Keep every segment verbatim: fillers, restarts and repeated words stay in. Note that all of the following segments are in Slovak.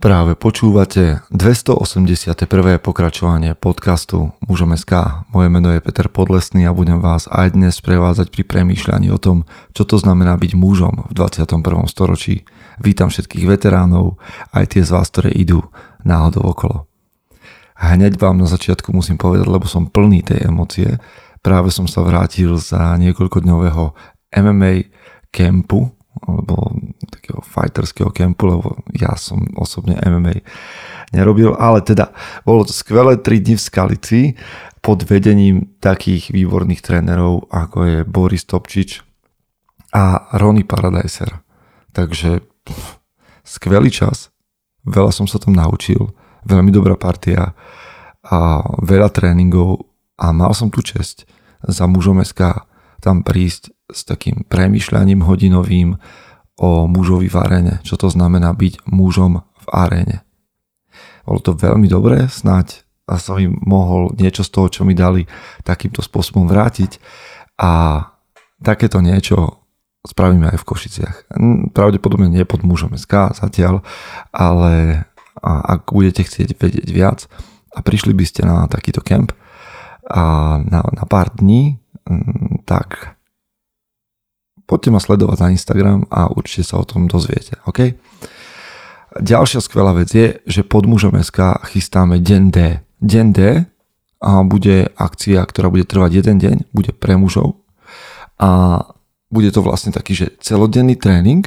Práve počúvate dvestoosemdesiate prvé pokračovanie podcastu Mužom es ká. Moje meno je Peter Podlesný a budem vás aj dnes prevázať pri premýšľaní o tom, čo to znamená byť mužom v dvadsiatom prvom storočí. Vítam všetkých veteránov, aj tie z vás, ktoré idú náhodou okolo. Hneď vám na začiatku musím povedať, lebo som plný tej emócie. Práve som sa vrátil za niekoľkodňového em em á kempu, alebo takého fighterského kempu, lebo ja som osobne em em á nerobil, ale teda bolo to skvelé tri dni v Skalici pod vedením takých výborných trénerov, ako je Boris Topčič a Ronnie Paradiser. Takže pff, skvelý čas, veľa som sa tam naučil, veľmi dobrá partia a veľa tréningov a mal som tu česť za Mužom es ká tam prísť s takým premýšľaním hodinovým o mužovi v aréne, čo to znamená byť mužom v aréne. Bolo to veľmi dobré, snáď a som im mohol niečo z toho, čo mi dali, takýmto spôsobom vrátiť a takéto niečo spravíme aj v Košiciach. Pravdepodobne nie pod Mužom es ká zatiaľ, ale ak budete chcieť vedieť viac a prišli by ste na takýto kemp a na, na pár dní, tak poďte ma sledovať na Instagram a určite sa o tom dozviete, ok? Ďalšia skvelá vec je, že pod Mužom es ká chystáme deň D. Deň D a bude akcia, ktorá bude trvať jeden deň, bude pre mužov a bude to vlastne taký, že celodenný tréning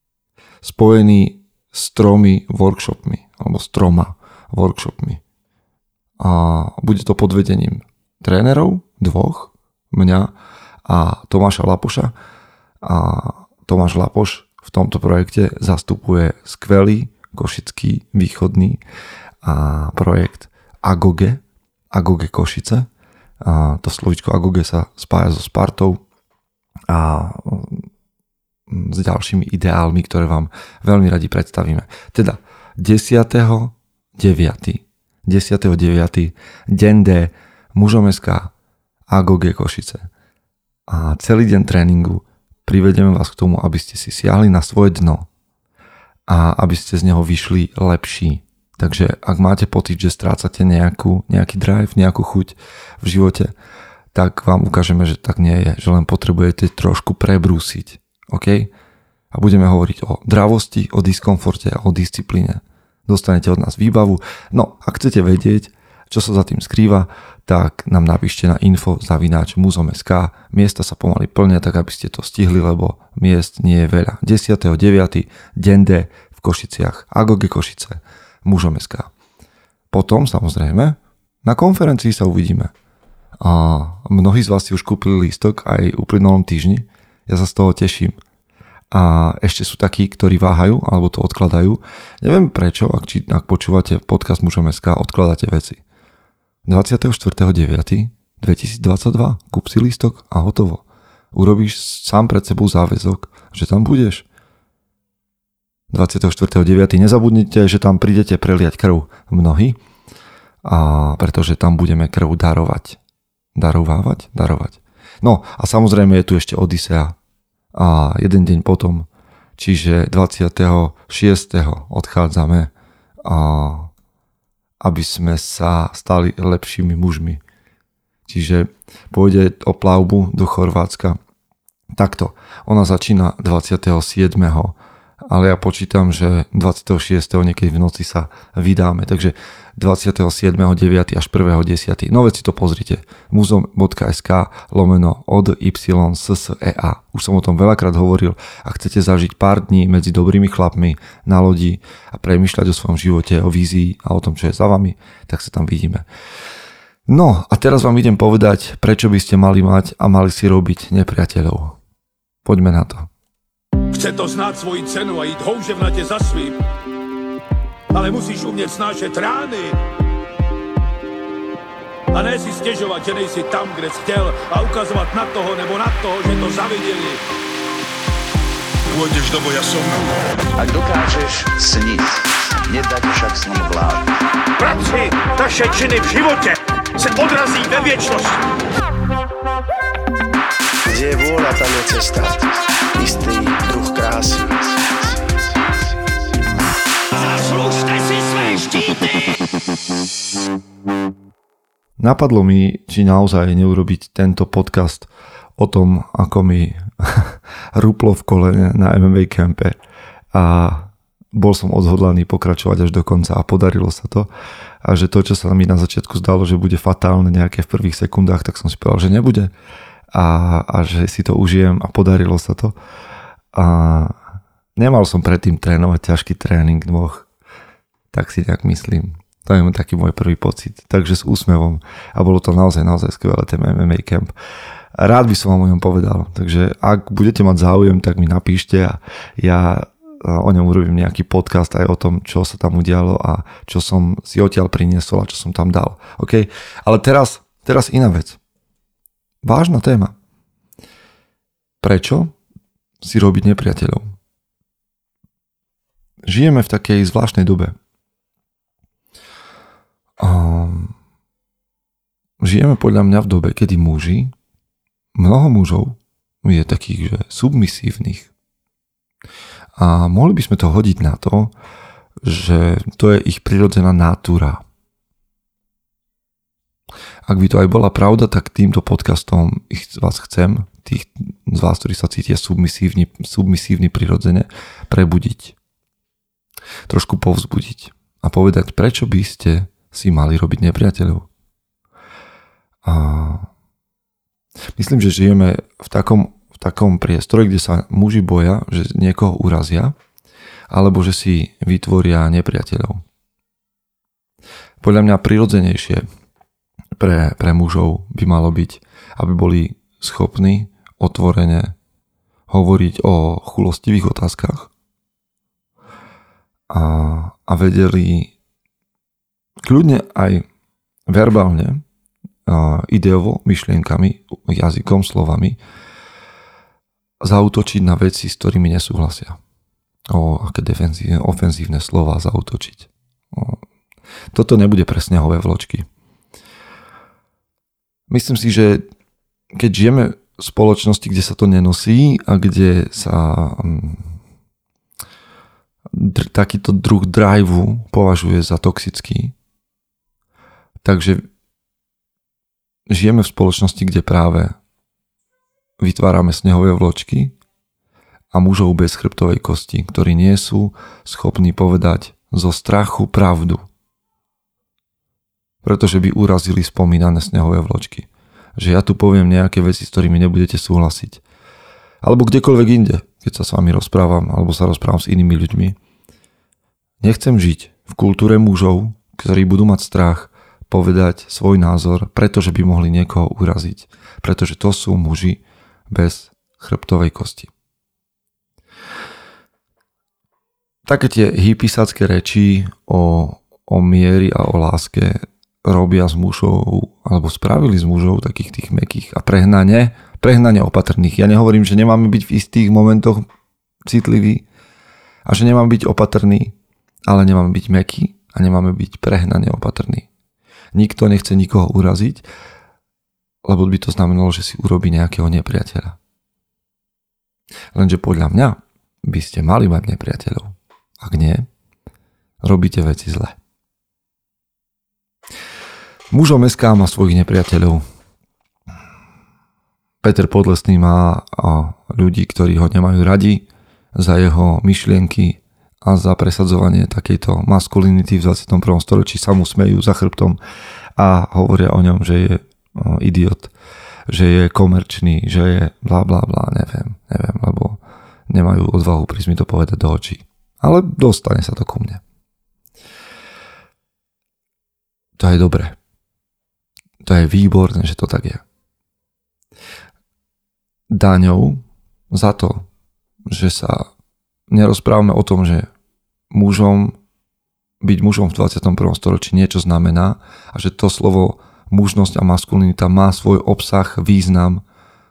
spojený s tromi workshopmi alebo s troma workshopmi a bude to pod vedením trénerov, dvoch, mňa a Tomáša Lapoša. A Tomáš Lapoš v tomto projekte zastupuje skvelý košický východný a projekt Agoge, Agoge Košice. A to slovíčko Agoge sa spája so Spartou a s ďalšími ideálmi, ktoré vám veľmi radi predstavíme. Teda desiateho deviateho desiateho deviateho deň D Mužom es ká Agoge Košice. A celý deň tréningu privedeme vás k tomu, aby ste si siahli na svoje dno a aby ste z neho vyšli lepší. Takže ak máte pocit, že strácate nejakú, nejaký drive, nejakú chuť v živote, tak vám ukážeme, že tak nie je, že len potrebujete trošku prebrúsiť. OK? A budeme hovoriť o dravosti, o diskomforte a o disciplíne. Dostanete od nás výbavu. No, ak chcete vedieť, čo sa za tým skrýva, tak nám napíšte na info zavináč muzom bodka es ká. Miesta sa pomaly plnia, tak aby ste to stihli, lebo miest nie je veľa. desiateho deviateho deň D v Košiciach, Agoge Košice, Mužom bodka es ká. Potom, samozrejme, na konferencii sa uvidíme. A mnohí z vás si už kúpili lístok aj v uplynulom týždni. Ja sa z toho teším. A ešte sú takí, ktorí váhajú alebo to odkladajú. Neviem prečo, ak, či, ak počúvate podcast Mužom bodka es ká, odkladáte veci. dvadsiateho štvrtého deviateho dvetisícdvadsaťdva kúp si lístok a hotovo. Urobíš sám pred sebou záväzok, že tam budeš. dvadsiateho štvrtého deviateho nezabudnite, že tam prídete preliať krv mnohí, a pretože tam budeme krv darovať. Darovávať? Darovať. No a samozrejme je tu ešte Odisea a jeden deň potom, čiže dvadsiateho šiesteho odchádzame a aby sme sa stali lepšími mužmi. Čiže pôjde o plavbu do Chorvátska. Takto. Ona začína dvadsiateho siedmeho ale ja počítam, že dvadsiateho šiesteho niekedy v noci sa vydáme. Takže dvadsiateho siedmeho deviateho až prvého desiateho No veď si to pozrite. muzom bodka es ká lomeno od Y S S E A. Už som o tom veľakrát hovoril. Ak chcete zažiť pár dní medzi dobrými chlapmi na lodi a premýšľať o svojom živote, o vízii a o tom, čo je za vami, tak sa tam vidíme. No a teraz vám idem povedať, prečo by ste mali mať a mali si robiť nepriateľov. Poďme na to. Chce to znát svoji cenu a jít houževnatě za svým. Ale musíš umět snášet rány. A ne si stěžovat, že nejsi tam, kde jsi chtěl a ukazovat na toho nebo na toho, že to zaviděli. Pôjdeš do boja som. Ak dokážeš sniť, nedať však sním vlád. Práci, taše činy v životě se odrazí ve věčnosti. Kde je vôľa, tam je cesta. Istý druh krásy. Zaslužte napadlo mi, či naozaj neurobiť tento podcast o tom, ako mi rúplo v kolene na em em á campe a bol som odhodlaný pokračovať až do konca a podarilo sa to. A že to, čo sa mi na začiatku zdalo, že bude fatálne nejaké v prvých sekundách, tak som si povedal, že nebude. A, a že si to užijem a podarilo sa to. A nemal som predtým trénovať ťažký tréning dvoch. Tak si tak myslím. To je taký môj prvý pocit. Takže s úsmevom. A bolo to naozaj, naozaj skvelé, ten em em á camp. Rád by som vám o ňom povedal. Takže ak budete mať záujem, tak mi napíšte a ja o ňom urobím nejaký podcast aj o tom, čo sa tam udialo a čo som si odtiaľ priniesol a čo som tam dal. OK? Ale teraz, teraz iná vec. Vážna téma. Prečo si robiť nepriateľov? Žijeme v takej zvláštnej dobe. Um, žijeme podľa mňa v dobe, kedy muži, mnoho mužov je takých, že submisívnych. A mohli by sme to hodiť na to, že to je ich prirodzená natúra. Ak by to aj bola pravda, tak týmto podcastom ich z vás chcem, tých z vás, ktorí sa cítia submisívni, submisívni prirodzene, prebudiť. Trošku povzbudiť a povedať, prečo by ste si mali robiť nepriateľov. A myslím, že žijeme v takom v takom priestore, kde sa muži boja, že niekoho urazia, alebo že si vytvoria nepriateľov. Podľa mňa prirodzenejšie pre, pre mužov by malo byť, aby boli schopní otvorene hovoriť o chulostivých otázkach a, a vedeli kľudne aj verbálne, ideovo, myšlienkami, jazykom, slovami zaútočiť na veci, s ktorými nesúhlasia. O, aké defenzívne, ofenzívne slova zaútočiť. O, toto nebude pre snehové vločky. Myslím si, že keď žijeme v spoločnosti, kde sa to nenosí a kde sa hm, dr- takýto druh driveu považuje za toxický, takže žijeme v spoločnosti, kde práve vytvárame snehové vločky a mužov bez chrbtovej kosti, ktorí nie sú schopní povedať zo strachu pravdu. Pretože by urazili spomínané snehové vločky. Že ja tu poviem nejaké veci, s ktorými nebudete súhlasiť. Alebo kdekoľvek inde, keď sa s vami rozprávam, alebo sa rozprávam s inými ľuďmi. Nechcem žiť v kultúre mužov, ktorí budú mať strach povedať svoj názor, pretože by mohli niekoho uraziť. Pretože to sú muži bez chrbtovej kosti. Také tie hypisácké reči o, o miery a o láske robia z mužov, alebo spravili z mužov takých tých mäkkých a prehnane, prehnane opatrných. Ja nehovorím, že nemáme byť v istých momentoch citliví a že nemáme byť opatrní, ale nemáme byť mäkkí a nemáme byť prehnane opatrní. Nikto nechce nikoho uraziť, lebo by to znamenalo, že si urobí nejakého nepriateľa. Lenže podľa mňa by ste mali mať nepriateľov. Ak nie, robíte veci zle. Mužom es ká má svojich nepriateľov. Peter Podlesný má ľudí, ktorí ho nemajú radi za jeho myšlienky a za presadzovanie takejto maskulinity v dvadsiatom prvom storočí, sa mu smejú za chrbtom a hovoria o ňom, že je idiot, že je komerčný, že je blá blá blá, neviem, neviem, lebo nemajú odvahu prísť mi to povedať do očí. Ale dostane sa to ku mne. To je dobré. To je výborné, že to tak je. Daňou za to, že sa nerozprávame o tom, že mužom, byť mužom v dvadsiatom prvom storočí niečo znamená a že to slovo mužnosť a maskulinita má svoj obsah, význam.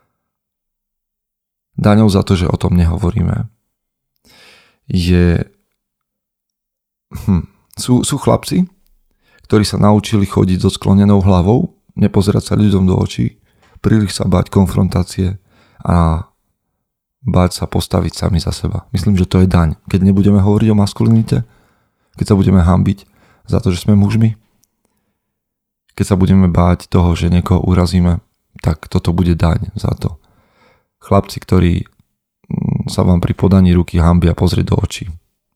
Daňou za to, že o tom nehovoríme, je... Hm, sú, sú chlapci, ktorí sa naučili chodiť so sklonenou hlavou, nepozerať sa ľuďom do očí, príliš sa báť konfrontácie a báť sa postaviť sami za seba. Myslím, že to je daň. Keď nebudeme hovoriť o maskulinite, keď sa budeme hanbiť za to, že sme mužmi, Keď sa budeme báť toho, že niekoho urazíme, tak toto bude daň za to. Chlapci, ktorí sa vám pri podaní ruky hanbia pozrieť do očí.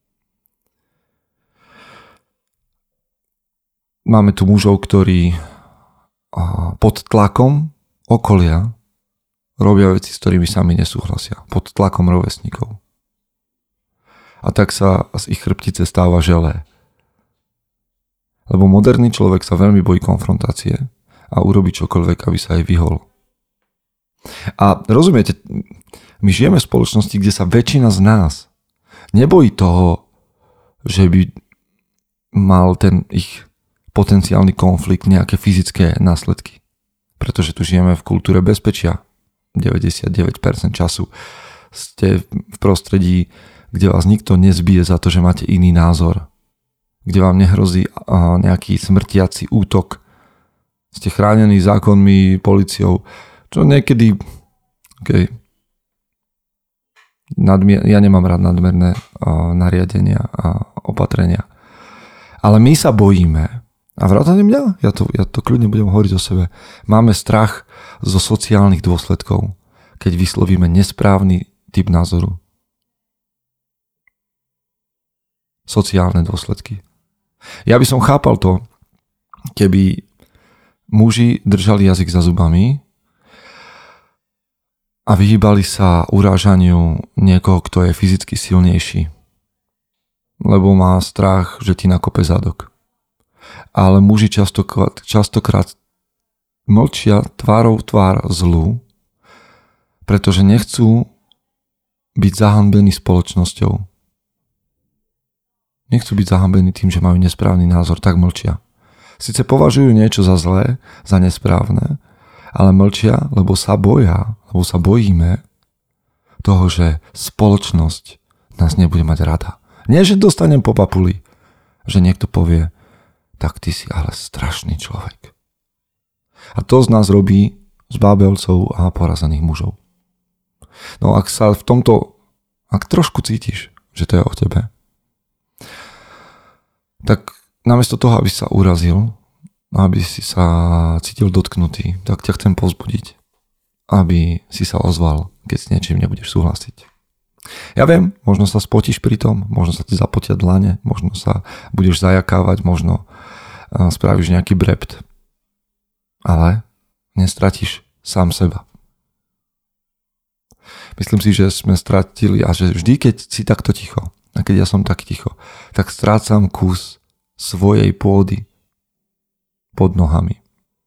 Máme tu mužov, ktorí pod tlakom okolia robia veci, s ktorými sami nesúhlasia. Pod tlakom rovesníkov. A tak sa z ich chrbtice stáva želé. Lebo moderný človek sa veľmi bojí konfrontácie a urobí čokoľvek, aby sa jej vyhol. A rozumiete, my žijeme v spoločnosti, kde sa väčšina z nás nebojí toho, že by mal ten ich potenciálny konflikt nejaké fyzické následky. Pretože tu žijeme v kultúre bezpečia. deväťdesiatdeväť percent času ste v prostredí, kde vás nikto nezbije za to, že máte iný názor. Kde vám nehrozí nejaký smrtiaci útok. Ste chránení zákonmi, políciou, čo niekedy okay, nadmier, ja nemám rád nadmerné uh, nariadenia a opatrenia. Ale my sa bojíme, a vrátane mňa, ja to, ja to kľudne budem hovoriť o sebe, máme strach zo sociálnych dôsledkov, keď vyslovíme nesprávny typ názoru. Sociálne dôsledky. Ja by som chápal to, keby muži držali jazyk za zubami a vyhýbali sa urážaniu niekoho, kto je fyzicky silnejší, lebo má strach, že ti nakope zadok. Ale muži častokrát, častokrát mlčia tvárou tvár zlu, pretože nechcú byť zahanbení spoločnosťou. Nechcú byť zahambení tým, že majú nesprávny názor, tak mlčia. Sice považujú niečo za zlé, za nesprávne, ale mlčia, lebo sa boja, lebo sa bojíme toho, že spoločnosť nás nebude mať rada. Nie, že dostanem po papuli, že niekto povie, tak ty si ale strašný človek. A to z nás robí zbábelcov a porazených mužov. No ak sa v tomto, ak trošku cítiš, že to je o tebe, tak namiesto toho, aby sa urazil, aby si sa cítil dotknutý, tak ťa chcem povzbudiť, aby si sa ozval, keď s niečím nebudeš súhlasiť. Ja viem, možno sa spotíš pri tom, možno sa ti zapotia dlane, možno sa budeš zajakávať, možno spravíš nejaký brept, ale nestratíš sám seba. Myslím si, že sme stratili a že vždy, keď si takto ticho, a keď ja som tak ticho, tak strácam kus svojej pôdy pod nohami.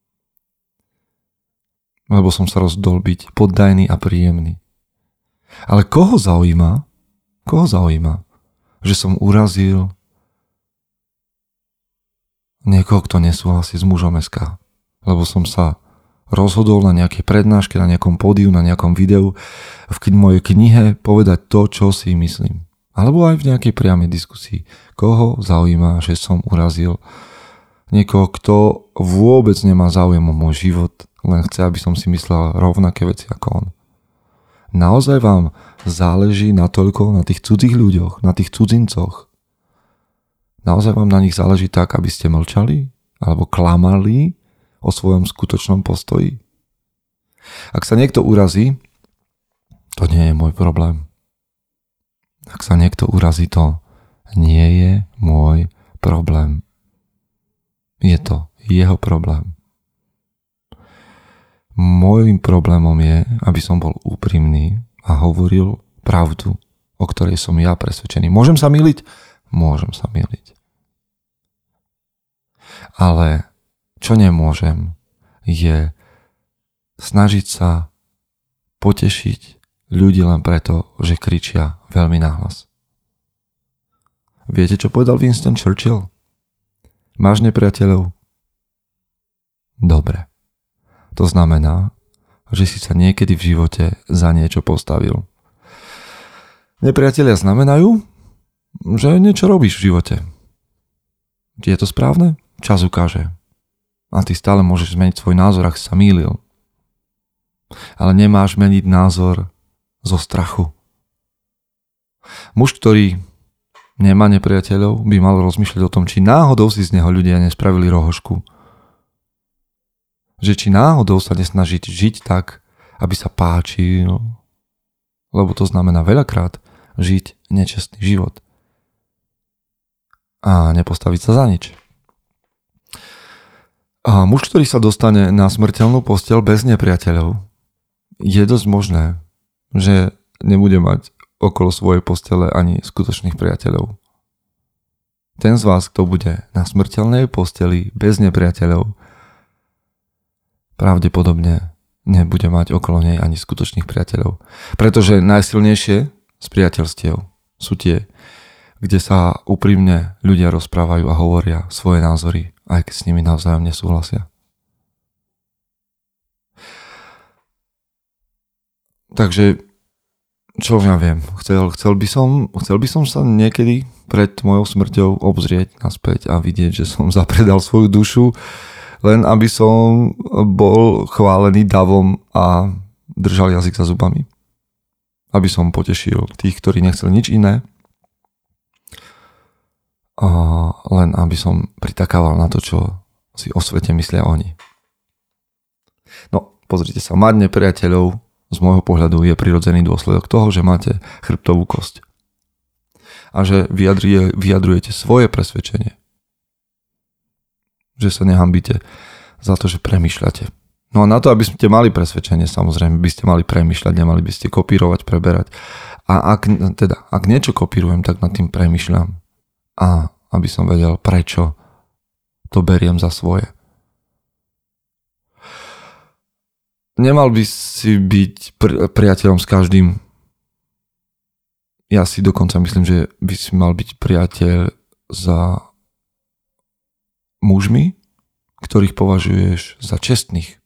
Lebo som sa rozhodol byť poddajný a príjemný. Ale koho zaujíma, koho zaujíma, že som urazil niekoho, kto nesúhlasí s mužom es ká? Lebo som sa rozhodol na nejakej prednáške, na nejakom pódiu, na nejakom videu, v mojej knihe povedať to, čo si myslím. Alebo aj v nejakej priamej diskusii. Koho zaujíma, že som urazil niekoho, kto vôbec nemá záujem o môj život, len chce, aby som si myslel rovnaké veci ako on. Naozaj vám záleží natoľko na tých cudzích ľuďoch, na tých cudzincoch. Naozaj vám na nich záleží tak, aby ste mlčali alebo klamali o svojom skutočnom postoji. Ak sa niekto urazí, to nie je môj problém. Ak sa niekto urazí, to nie je môj problém. Je to jeho problém. Mojím problémom je, aby som bol úprimný a hovoril pravdu, o ktorej som ja presvedčený. Môžem sa myliť? Môžem sa myliť. Ale čo nemôžem, je snažiť sa potešiť ľudí len preto, že kričia veľmi nahlas. Viete, čo povedal Winston Churchill? Máš nepriateľov? Dobre. To znamená, že si sa niekedy v živote za niečo postavil. Nepriatelia znamenajú, že niečo robíš v živote. Je to správne? Čas ukáže. A ty stále môžeš zmeniť svoj názor, ak si sa mýlil. Ale nemáš meniť názor zo strachu. Muž, ktorý nemá nepriateľov, by mal rozmýšľať o tom, či náhodou si z neho ľudia nespravili rohošku. Že či náhodou sa nesnažiť žiť tak, aby sa páčil, lebo to znamená veľakrát žiť nečestný život a nepostaviť sa za nič. A muž, ktorý sa dostane na smrteľnú posteľ bez nepriateľov, je dosť možné, že nebude mať okolo svojej postele ani skutočných priateľov. Ten z vás, kto bude na smrteľnej posteli bez nepriateľov, pravdepodobne nebude mať okolo nej ani skutočných priateľov. Pretože najsilnejšie z priateľstiev sú tie, kde sa úprimne ľudia rozprávajú a hovoria svoje názory, aj keď s nimi navzájom nesúhlasia. Takže, čo ja viem, chcel, chcel, by som, chcel by som sa niekedy pred mojou smrťou obzrieť naspäť a vidieť, že som zapredal svoju dušu, len aby som bol chválený davom a držal jazyk za zubami. Aby som potešil tých, ktorí nechceli nič iné, a len aby som pritakával na to, čo si o svete myslia oni. No, pozrite sa, mať nepriateľov z môjho pohľadu je prirodzený dôsledok toho, že máte chrbtovú kosť. A že vyjadruje, vyjadrujete svoje presvedčenie. Že sa nehambíte za to, že premýšľate. No a na to, aby ste mali presvedčenie, samozrejme, by ste mali premýšľať, nemali by ste kopírovať, preberať. A ak, teda, ak niečo kopírujem, tak nad tým premýšľam. A aby som vedel, prečo to beriem za svoje. Nemal by si byť pri- priateľom s každým. Ja si dokonca myslím, že by si mal byť priateľ za mužmi, ktorých považuješ za čestných.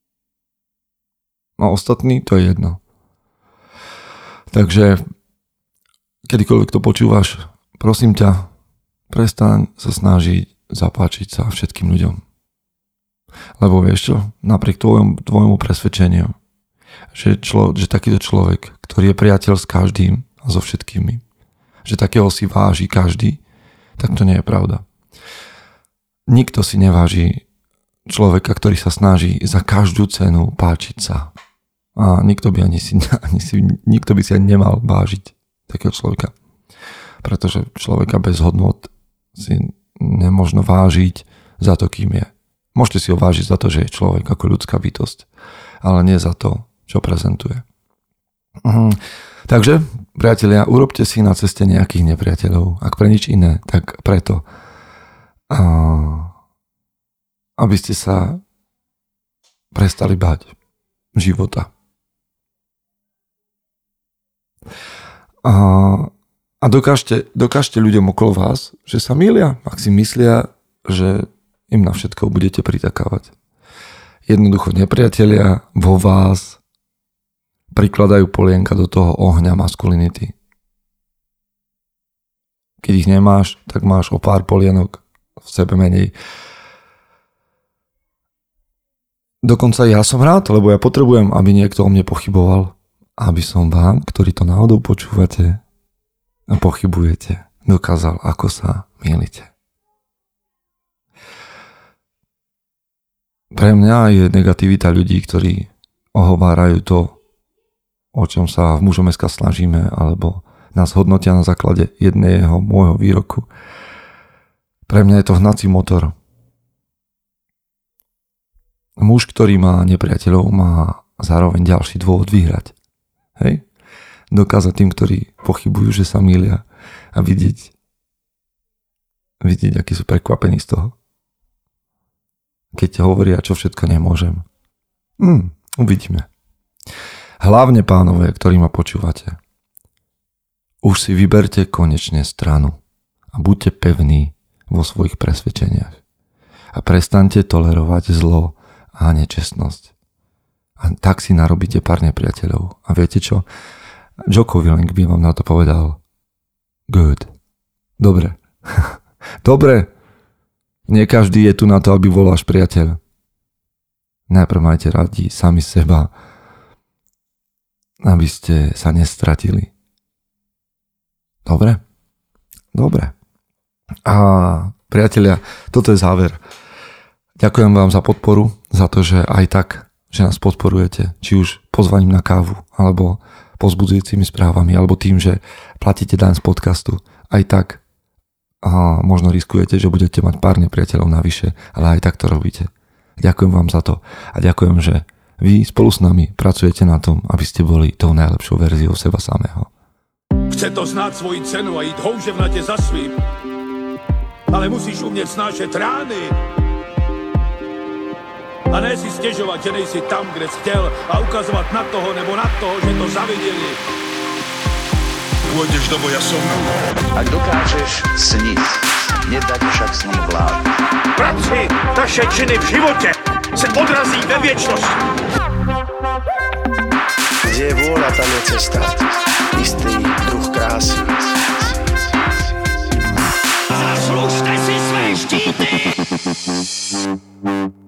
A ostatní, to je jedno. Takže, kedykoľvek to počúvaš, prosím ťa, prestaň sa snažiť zapáčiť sa všetkým ľuďom. Lebo vieš čo, napriek tvojom, tvojmu presvedčeniu, že, člo, že takýto človek, ktorý je priateľ s každým a so všetkými, že takého si váži každý, tak to nie je pravda. Nikto si neváži človeka, ktorý sa snaží za každú cenu páčiť sa. A nikto by ani si, ani si, nikto by si ani nemal vážiť takého človeka. Pretože človeka bez hodnôt si nemožno vážiť za to, kým je. Môžete si ho vážiť za to, že je človek ako ľudská bytosť, ale nie za to, čo prezentuje. Mhm. Takže, priatelia, urobte si na ceste nejakých nepriateľov. Ak pre nič iné, tak preto, a, aby ste sa prestali báť života. A A dokážte, dokážte ľuďom okolo vás, že sa mýlia, ak si myslia, že im na všetko budete pritakávať. Jednoducho nepriatelia vo vás prikladajú polienka do toho ohňa maskulinity. Keď ich nemáš, tak máš o pár polienok v sebe menej. Dokonca ja som rád, lebo ja potrebujem, aby niekto o mne pochyboval. Aby som vám, ktorí to náhodou počúvate a pochybujete, dokázal, ako sa mýlite. Pre mňa je negativita ľudí, ktorí ohovárajú to, o čom sa v Mužom es ká snažíme, alebo nás hodnotia na základe jedného môjho výroku. Pre mňa je to hnací motor. Muž, ktorý má nepriateľov, má zároveň ďalší dôvod vyhrať. Hej? Dokázať tým, ktorí pochybujú, že sa mýlia, a vidieť, vidieť, akí sú prekvapení z toho. Keď hovoria, čo všetko nemôžem. Hm, uvidíme. Hlavne, pánové, ktorí ma počúvate, už si vyberte konečne stranu a buďte pevní vo svojich presvedčeniach. A prestaňte tolerovať zlo a nečestnosť. A tak si narobíte pár nepriateľov. A viete čo? Jocko Willink by vám na to povedal: good. Dobre. Dobre. Nie každý je tu na to, aby bol váš priateľ. Najprv majte radi sami seba, aby ste sa nestratili. Dobre? Dobre. A priatelia, toto je záver Ďakujem vám za podporu, za to, že aj tak, že nás podporujete, či už pozvaním na kávu, alebo povzbudzujúcimi správami, alebo tým, že platíte daň z podcastu. Aj tak a možno riskujete, že budete mať pár nepriateľov navyše, ale aj tak to robíte. Ďakujem vám za to a ďakujem, že vy spolu s nami pracujete na tom, aby ste boli tou najlepšou verziou seba samého. Chce to znát svoji cenu a jít houževnatě za svým. Ale musíš umět snášet rány. A ne si stěžovat, že nejsi tam, kde jsi chtěl a ukazovat na toho nebo na toho, že to zaviděli. Pôjdeš do boja som. Ak dokážeš sniť, nedať však sním vlád. Práci, taše činy v životě se odrazí ve věčnosti. Kde je vôľa, tam je cesta. Istý druh krásy. Zaslužte si své štíty!